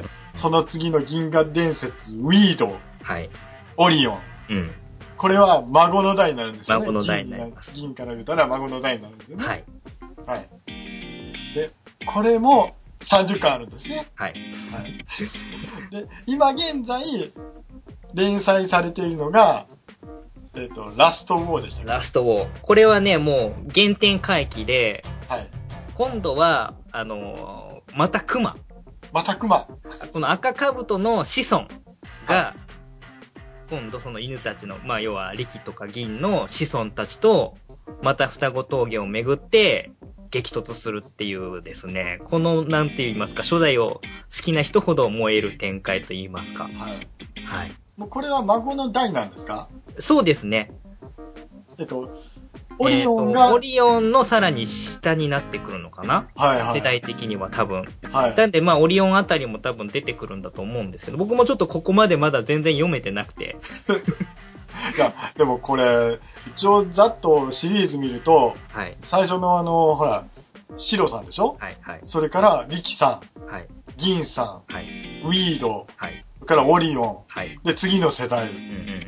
その次の銀河伝説、ウィード、はい、オリオン、うん、これは孫の代になるんですよね。 孫の代になります。 銀から言うたら孫の代になるんですよね。はい。はい。で、これもさんじゅっかんあるんですね。はい。はい、で、今現在、連載されているのが、えっと、ラストウォーでしたっけ？ ラストウォー。これはね、もう原点回帰で、はい。今度は、あのー、またクマ。 またクマ。 この赤かぶとの子孫が、今度その犬たちの、まあ要は力とか銀の子孫たちと、また双子峠を巡って激突するっていうですね、このなんて言いますか、初代を好きな人ほど燃える展開と言いますか。はい。 はい。もうこれは孫の代なんですか？ そうですね。 えっと、オリオンが、えー、 オリオンのさらに下になってくるのかな、はいはい、世代的には多分。はい。なんでまあオリオンあたりも多分出てくるんだと思うんですけど、僕もちょっとここまでまだ全然読めてなくて。 いや、でもこれ、一応ざっとシリーズ見ると、はい。最初のあの、ほら、シロさんでしょ？はいはい。それから、リキさん。はい。銀さん。はい。ウィード。はい。それからオリオン。はい。で、次の世代。うんうんうん。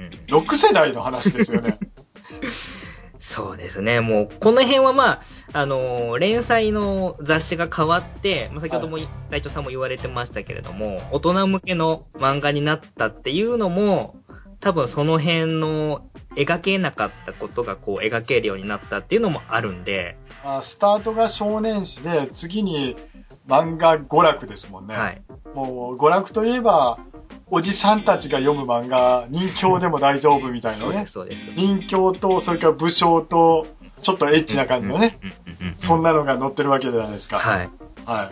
ろく世代の話ですよね。 そうですね。もう、この辺はまあ、あのー、連載の雑誌が変わって、まあ、先ほども、隊長さんも言われてましたけれども、大人向けの漫画になったっていうのも、多分その辺の描けなかったことがこう描けるようになったっていうのもあるんで。 あ、スタートが少年誌で、次に漫画娯楽ですもんね。はい。もう、娯楽といえば、おじさんたちが読む漫画、人形でも大丈夫みたいなね。そうです、そうです。人形と、それから武将と、ちょっとエッチな感じのね。そんなのが載ってるわけじゃないですか。はい。 はい。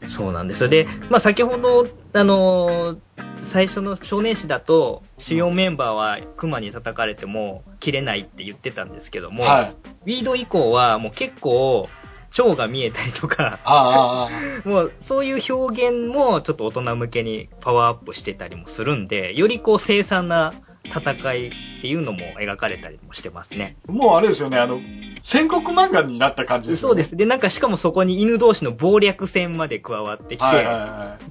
そうなんですよ。で、まあ先ほど、あのー、最初の少年誌だと、主要メンバーはクマに叩かれても切れないって言ってたんですけども、はい、ウィード以降はもう結構、蝶が見えたりとか、ああもうそういう表現もちょっと大人向けにパワーアップしてたりもするんで、よりこう凄惨な戦いっていうのも描かれたりもしてますね。 もうあれですよね、あの、戦国漫画になった感じですよね。 そうです。で、なんかしかもそこに犬同士の謀略戦まで加わってきて、はいはいはい、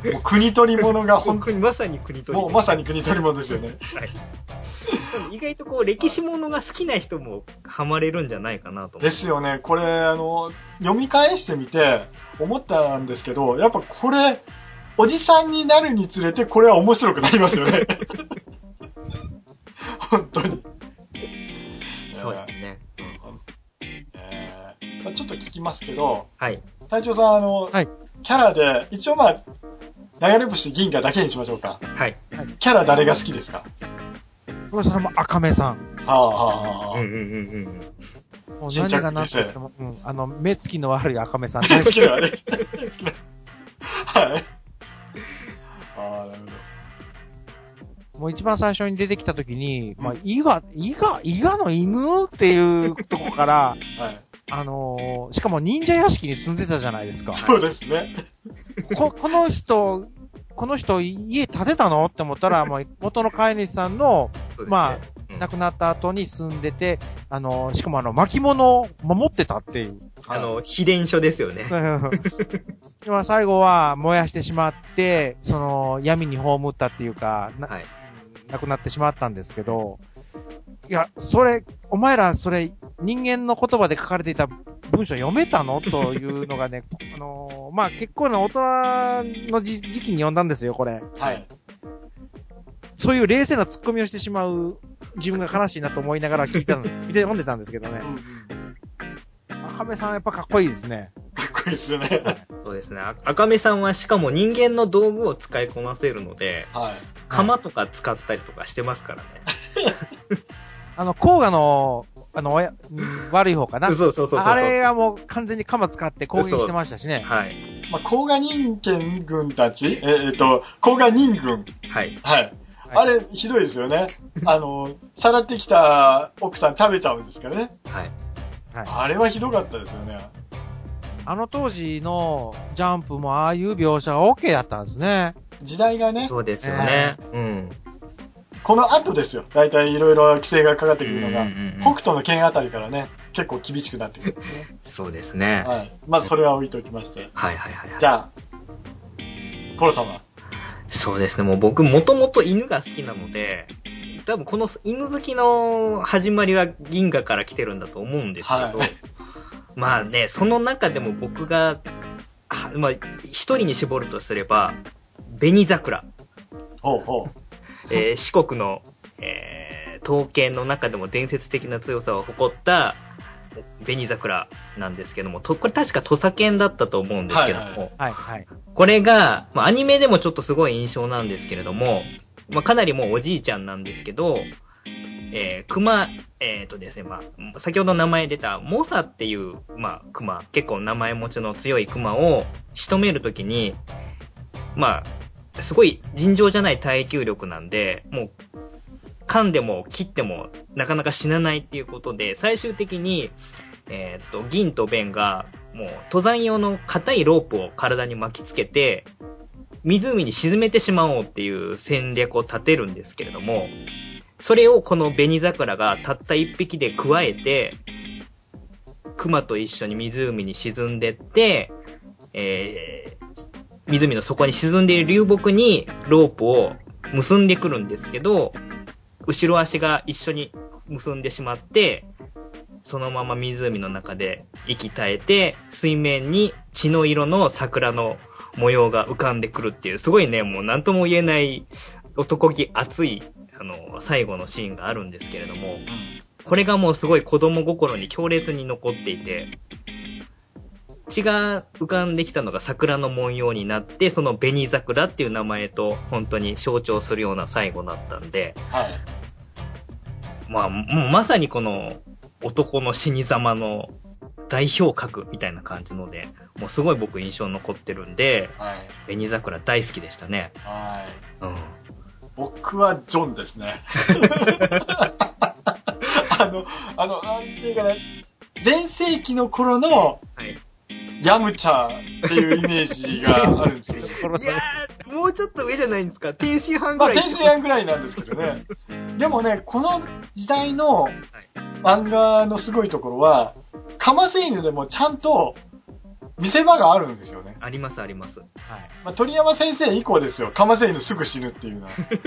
もう国取り物が本当に。まさに国取り物。もうまさに国取り物ですよね。 はい。意外とこう、歴史物が好きな人もハマれるんじゃないかなと思う。 ですよね。これ、あの、読み返してみて思ったんですけど、やっぱこれ、おじさんになるにつれてこれは面白くなりますよね。本当に。 そうですね。 えーまあ、ちょっと聞きますけど、 はい。 隊長さん、あの、はい、キャラで、一応まあ、流れ星銀河だけにしましょうか。 はい。 キャラ誰が好きですか？ これそれも赤目さん。 はあはあはあ。 うんうんうんうん。 もう何が何と言っても、うん、あの、目つきの悪い赤目さん。目つきの悪い。はい。ああ、なるほど。 もう一番最初に出てきたときに、まあ、伊賀、伊賀、伊賀の犬っていうとこから、はい、あのー、しかも忍者屋敷に住んでたじゃないですか。 そうですね。 こ、この人、この人家建てたのって思ったら、もう元の飼い主さんの、ね、まあ、うん、亡くなった後に住んでて、あのー、しかもあの、巻物を守ってたっていう。 あの、秘伝書ですよね。 まあ最後は燃やしてしまって、その、闇に葬ったっていうか、はい、亡くなってしまったんですけど、いや、それ、お前らそれ、人間の言葉で書かれていた文章読めたのというのがね、あのー、まあ結構な大人の時期に読んだんですよ、これ。 はい。 そういう冷静な突っ込みをしてしまう自分が悲しいなと思いながら聞いたの、見て読んでたんですけどね。赤目さんやっぱかっこいいですね。 かっこいいですね。 そうですね。赤目さんはしかも人間の道具を使いこなせるので、はい、鎌とか使ったりとかしてますからね。 あの、甲賀の、あの、うん、悪い方かな。 そうそうそうそう。 あれがもう完全に鎌使って攻撃してましたしね。 はい。 まあ、甲賀人間軍たち、えー、っと、甲賀人軍。 はい。 はい。あれ、ひどいですよね。あの、さらってきた奥さん食べちゃうんですからね。 はい。 はい、あれはひどかったですよね。 あの当時のジャンプもああいう描写が OK だったんですね。 時代がね。 そうですよね。えー、うん。 この後ですよ。だいたいいろいろ規制がかかってくるのが、うんうんうん、北斗の剣あたりからね、結構厳しくなってくるんですね。 そうですね。 はい。まずそれは置いときまして。 はいはいはい、はい。 じゃあ、コロさんは？ そうですね。もう僕もともと犬が好きなので、多分この犬好きの始まりは銀河から来てるんだと思うんですけど、はい、まあね、その中でも僕が、まあ、一人に絞るとすれば、紅桜。 ほうほう。 えー、四国の、えー、刀剣の中でも伝説的な強さを誇った紅桜なんですけども、と、これ確か土佐剣だったと思うんですけども、はいはいはい、 これが、まあ、アニメでもちょっとすごい印象なんですけれども、まあ、かなりもうおじいちゃんなんですけど、えー、熊、えっとですね、まあ、先ほど名前出た、モサっていう、まあ、熊、結構名前持ちの強い熊を仕留めるときに、まあ、すごい尋常じゃない耐久力なんで、もう、噛んでも切ってもなかなか死なないっていうことで、最終的に、えっと、銀と弁が、もう、登山用の硬いロープを体に巻きつけて、湖に沈めてしまおうっていう戦略を立てるんですけれども、それをこの紅桜がたった一匹で加えて、熊と一緒に湖に沈んでって、えー、湖の底に沈んでいる流木にロープを結んでくるんですけど、後ろ足が一緒に結んでしまって、そのまま湖の中で息絶えて、水面に血の色の桜の模様が浮かんでくるっていう、すごいね、もう何とも言えない男気熱い、あの、最後のシーンがあるんですけれども、うん、これがもうすごい子供心に強烈に残っていて、血が浮かんできたのが桜の文様になって、その紅桜っていう名前と本当に象徴するような最後だったんで、はい、まあ、もうまさにこの男の死に様の代表格みたいな感じので、もうすごい僕印象に残ってるんで、はい、紅桜大好きでしたね。 はい。うん、僕はジョンですね。あの、あの、なんていうかね、前世紀の頃の、はい、ヤムチャっていうイメージがあるんですけど。 いやー、もうちょっと上じゃないんですか。天津飯ぐらい。 まあ天津飯ぐらいなんですけどね。でもね、この時代の漫画のすごいところは、カマセイヌでもちゃんと見せ場があるんですよね。 ありますあります。はい。 まあ、鳥山先生以降ですよ。かませ犬すぐ死ぬっていうのは。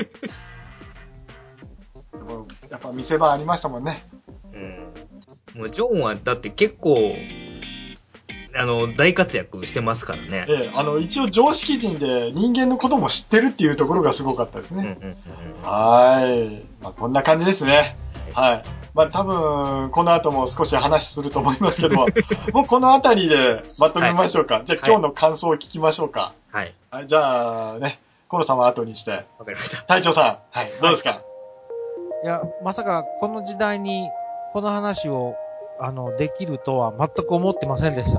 やっぱ見せ場ありましたもんね。 うん。もうジョンはだって結構、あの、大活躍してますからね。 ええ、あの、一応常識人で人間のことも知ってるっていうところがすごかったですね。うんうんうん、はい。まあ、こんな感じですね。はい。まあ、多分、この後も少し話すると思いますけども、もうこのあたりでまとめましょうか。はい、じゃあ今日の感想を聞きましょうか。はい。はい、じゃあね、コロさんは後にして。 わかりました。 隊長さん、はい。どうですか、はい、 いや、まさかこの時代にこの話を、あの、できるとは全く思ってませんでした。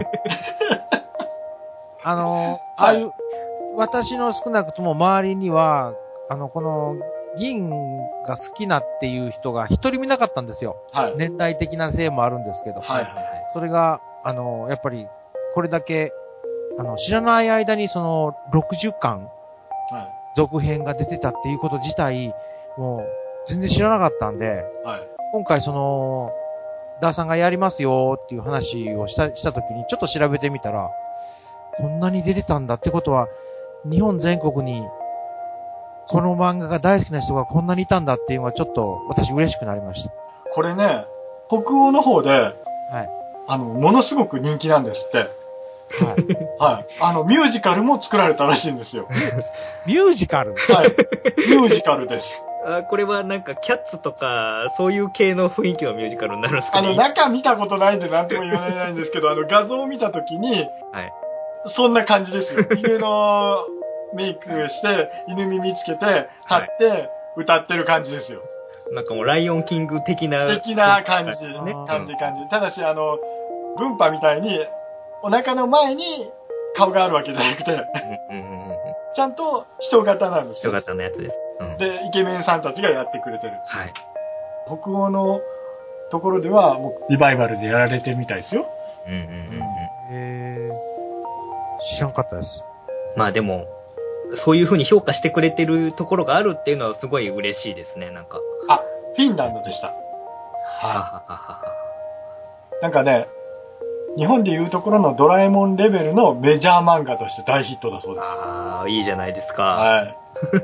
あの、ああいう、はい、私の少なくとも周りには、あの、この、銀が好きなっていう人が一人見なかったんですよ。はい。年代的なせいもあるんですけど。はいはいはい。それが、あの、やっぱり、これだけ、あの、知らない間にその、ろくじゅっかん、はい。続編が出てたっていうこと自体、もう、全然知らなかったんで、はい。今回その、ダーさんがやりますよっていう話をした、したときに、ちょっと調べてみたら、こんなに出てたんだってことは、日本全国に、この漫画が大好きな人がこんなにいたんだっていうのはちょっと私嬉しくなりました。 これね、北欧の方で、はい。あの、ものすごく人気なんですって。はい。はい。あの、ミュージカルも作られたらしいんですよ。 ミュージカル？ はい。ミュージカルです。 あ、これはなんかキャッツとか、そういう系の雰囲気のミュージカルになるんですかね。 あの、中見たことないんで何とも言われないんですけど、あの、画像を見たときに、はい。そんな感じですよ。犬のメイクして、犬耳つけて、立って、歌ってる感じですよ。 なんかもうライオンキング的な。 的な感じですね。感じ感じ。ただし、あの、文派みたいに、お腹の前に顔があるわけじゃなくて、ちゃんと人型なんですよ。人型のやつです、 うん。で、イケメンさんたちがやってくれてる。はい。北欧のところでは、もうリバイバルでやられてるみたいですよ。うんうんうんうん。 へー。知らんかったです。 まあでも、そういう風に評価してくれてるところがあるっていうのはすごい嬉しいですね、なんか。 あ、フィンランドでした。はい。なんかね、日本でいうところのドラえもんレベルのメジャー漫画として大ヒットだそうです。 ああ、いいじゃないですか。はい。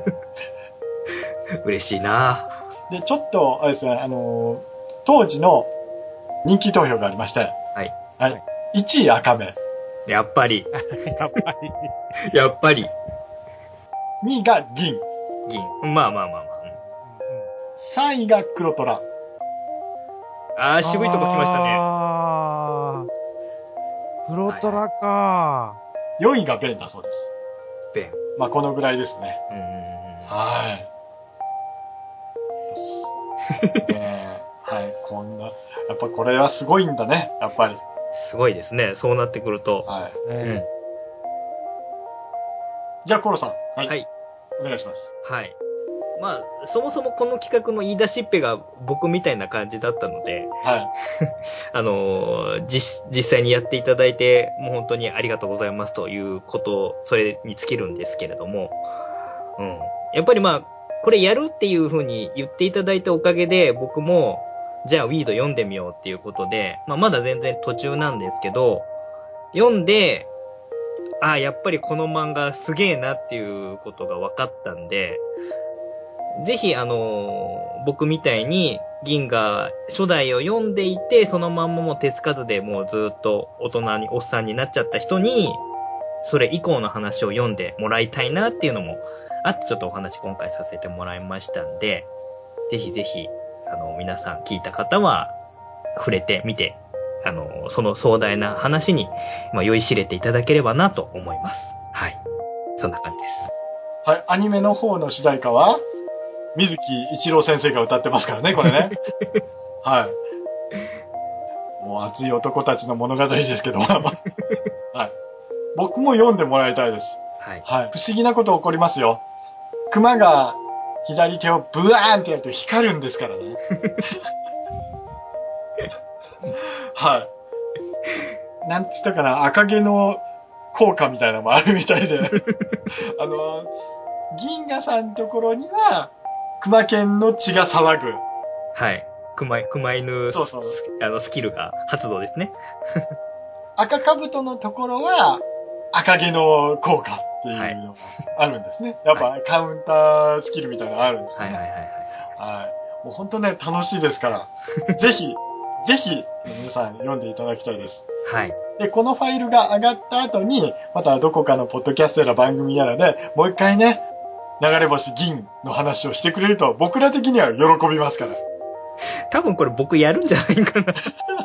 嬉しいな。 で、ちょっと、あれですね、あのー、当時の人気投票がありまして。はい。はい。いちい赤目。 やっぱり。 やっぱり。 やっぱり。 にいが銀。 銀。まあまあまあまあ。 さんいが黒虎。 ああ、渋いとこ来ましたね。 ああ。黒虎か、はい。よんいがベンだそうです。 ベン。 まあこのぐらいですね。うん。はい。ねはい、こんな。やっぱこれはすごいんだね、やっぱり。 すごいですね。そうなってくると。はい。うん。 じゃあ、コロさん。はい。 はい。 お願いします。 はい。まあ、そもそもこの企画の言い出しっぺが僕みたいな感じだったので、はい。あのー、実、実際にやっていただいて、もう本当にありがとうございますということを、それに尽きるんですけれども、うん。やっぱりまあ、これやるっていう風に言っていただいたおかげで、僕も、じゃあウィード読んでみようっていうことで、まあまだ全然途中なんですけど、読んで、ああ、やっぱりこの漫画すげえなっていうことが分かったんで、ぜひあのー、僕みたいに銀河初代を読んでいて、そのまんまもう手つかずでもうずっと大人におっさんになっちゃった人に、それ以降の話を読んでもらいたいなっていうのもあって、ちょっとお話今回させてもらいましたんで、ぜひぜひ、あの、皆さん聞いた方は触れてみて、あの、その壮大な話に、まあ、酔いしれていただければなと思います。はい。そんな感じです。 はい、アニメの方の主題歌は、水木一郎先生が歌ってますからね、これね。はい。もう熱い男たちの物語ですけども。はい。僕も読んでもらいたいです。はい。はい。不思議なこと起こりますよ。熊が左手をブワーンってやると光るんですからね。はい。なんつったかな、赤毛の効果みたいなのもあるみたいで。あの、銀河さんのところには、熊犬の血が騒ぐ。 はい。熊、熊犬、そうそう。あの、スキルが発動ですね。 赤兜のところは赤毛の効果っていうのがあるんですね。はい、やっぱカウンタースキルみたいなのがあるんですね。はいはいはいはい。はい。もう本当ね、楽しいですから、ぜひ、ぜひ、皆さん読んでいただきたいです。はい。で、このファイルが上がった後に、またどこかのポッドキャストやら番組やらで、もう一回ね、流れ星銀の話をしてくれると、僕ら的には喜びますから。 多分これ僕やるんじゃないかな。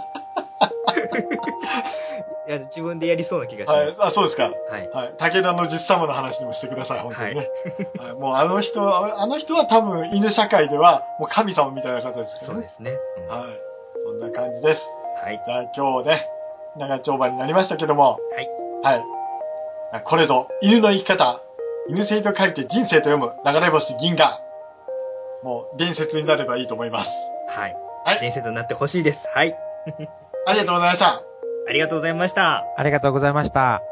いや、自分でやりそうな気がします。 はい、あ、そうですか。はい。はい。武田の実様の話でもしてください、本当にね。はい。はい、もうあの人、あの人は多分犬社会ではもう神様みたいな方ですからね。そうですね。うん、はい。そんな感じです。はい。じゃあ今日ね、長丁場になりましたけども。はい。はい。これぞ、犬の生き方。犬性と書いて人生と読む流れ星銀河。もう伝説になればいいと思います。 はい。はい。伝説になってほしいです。はい。 ありがとうございました。 ありがとうございました。 ありがとうございました。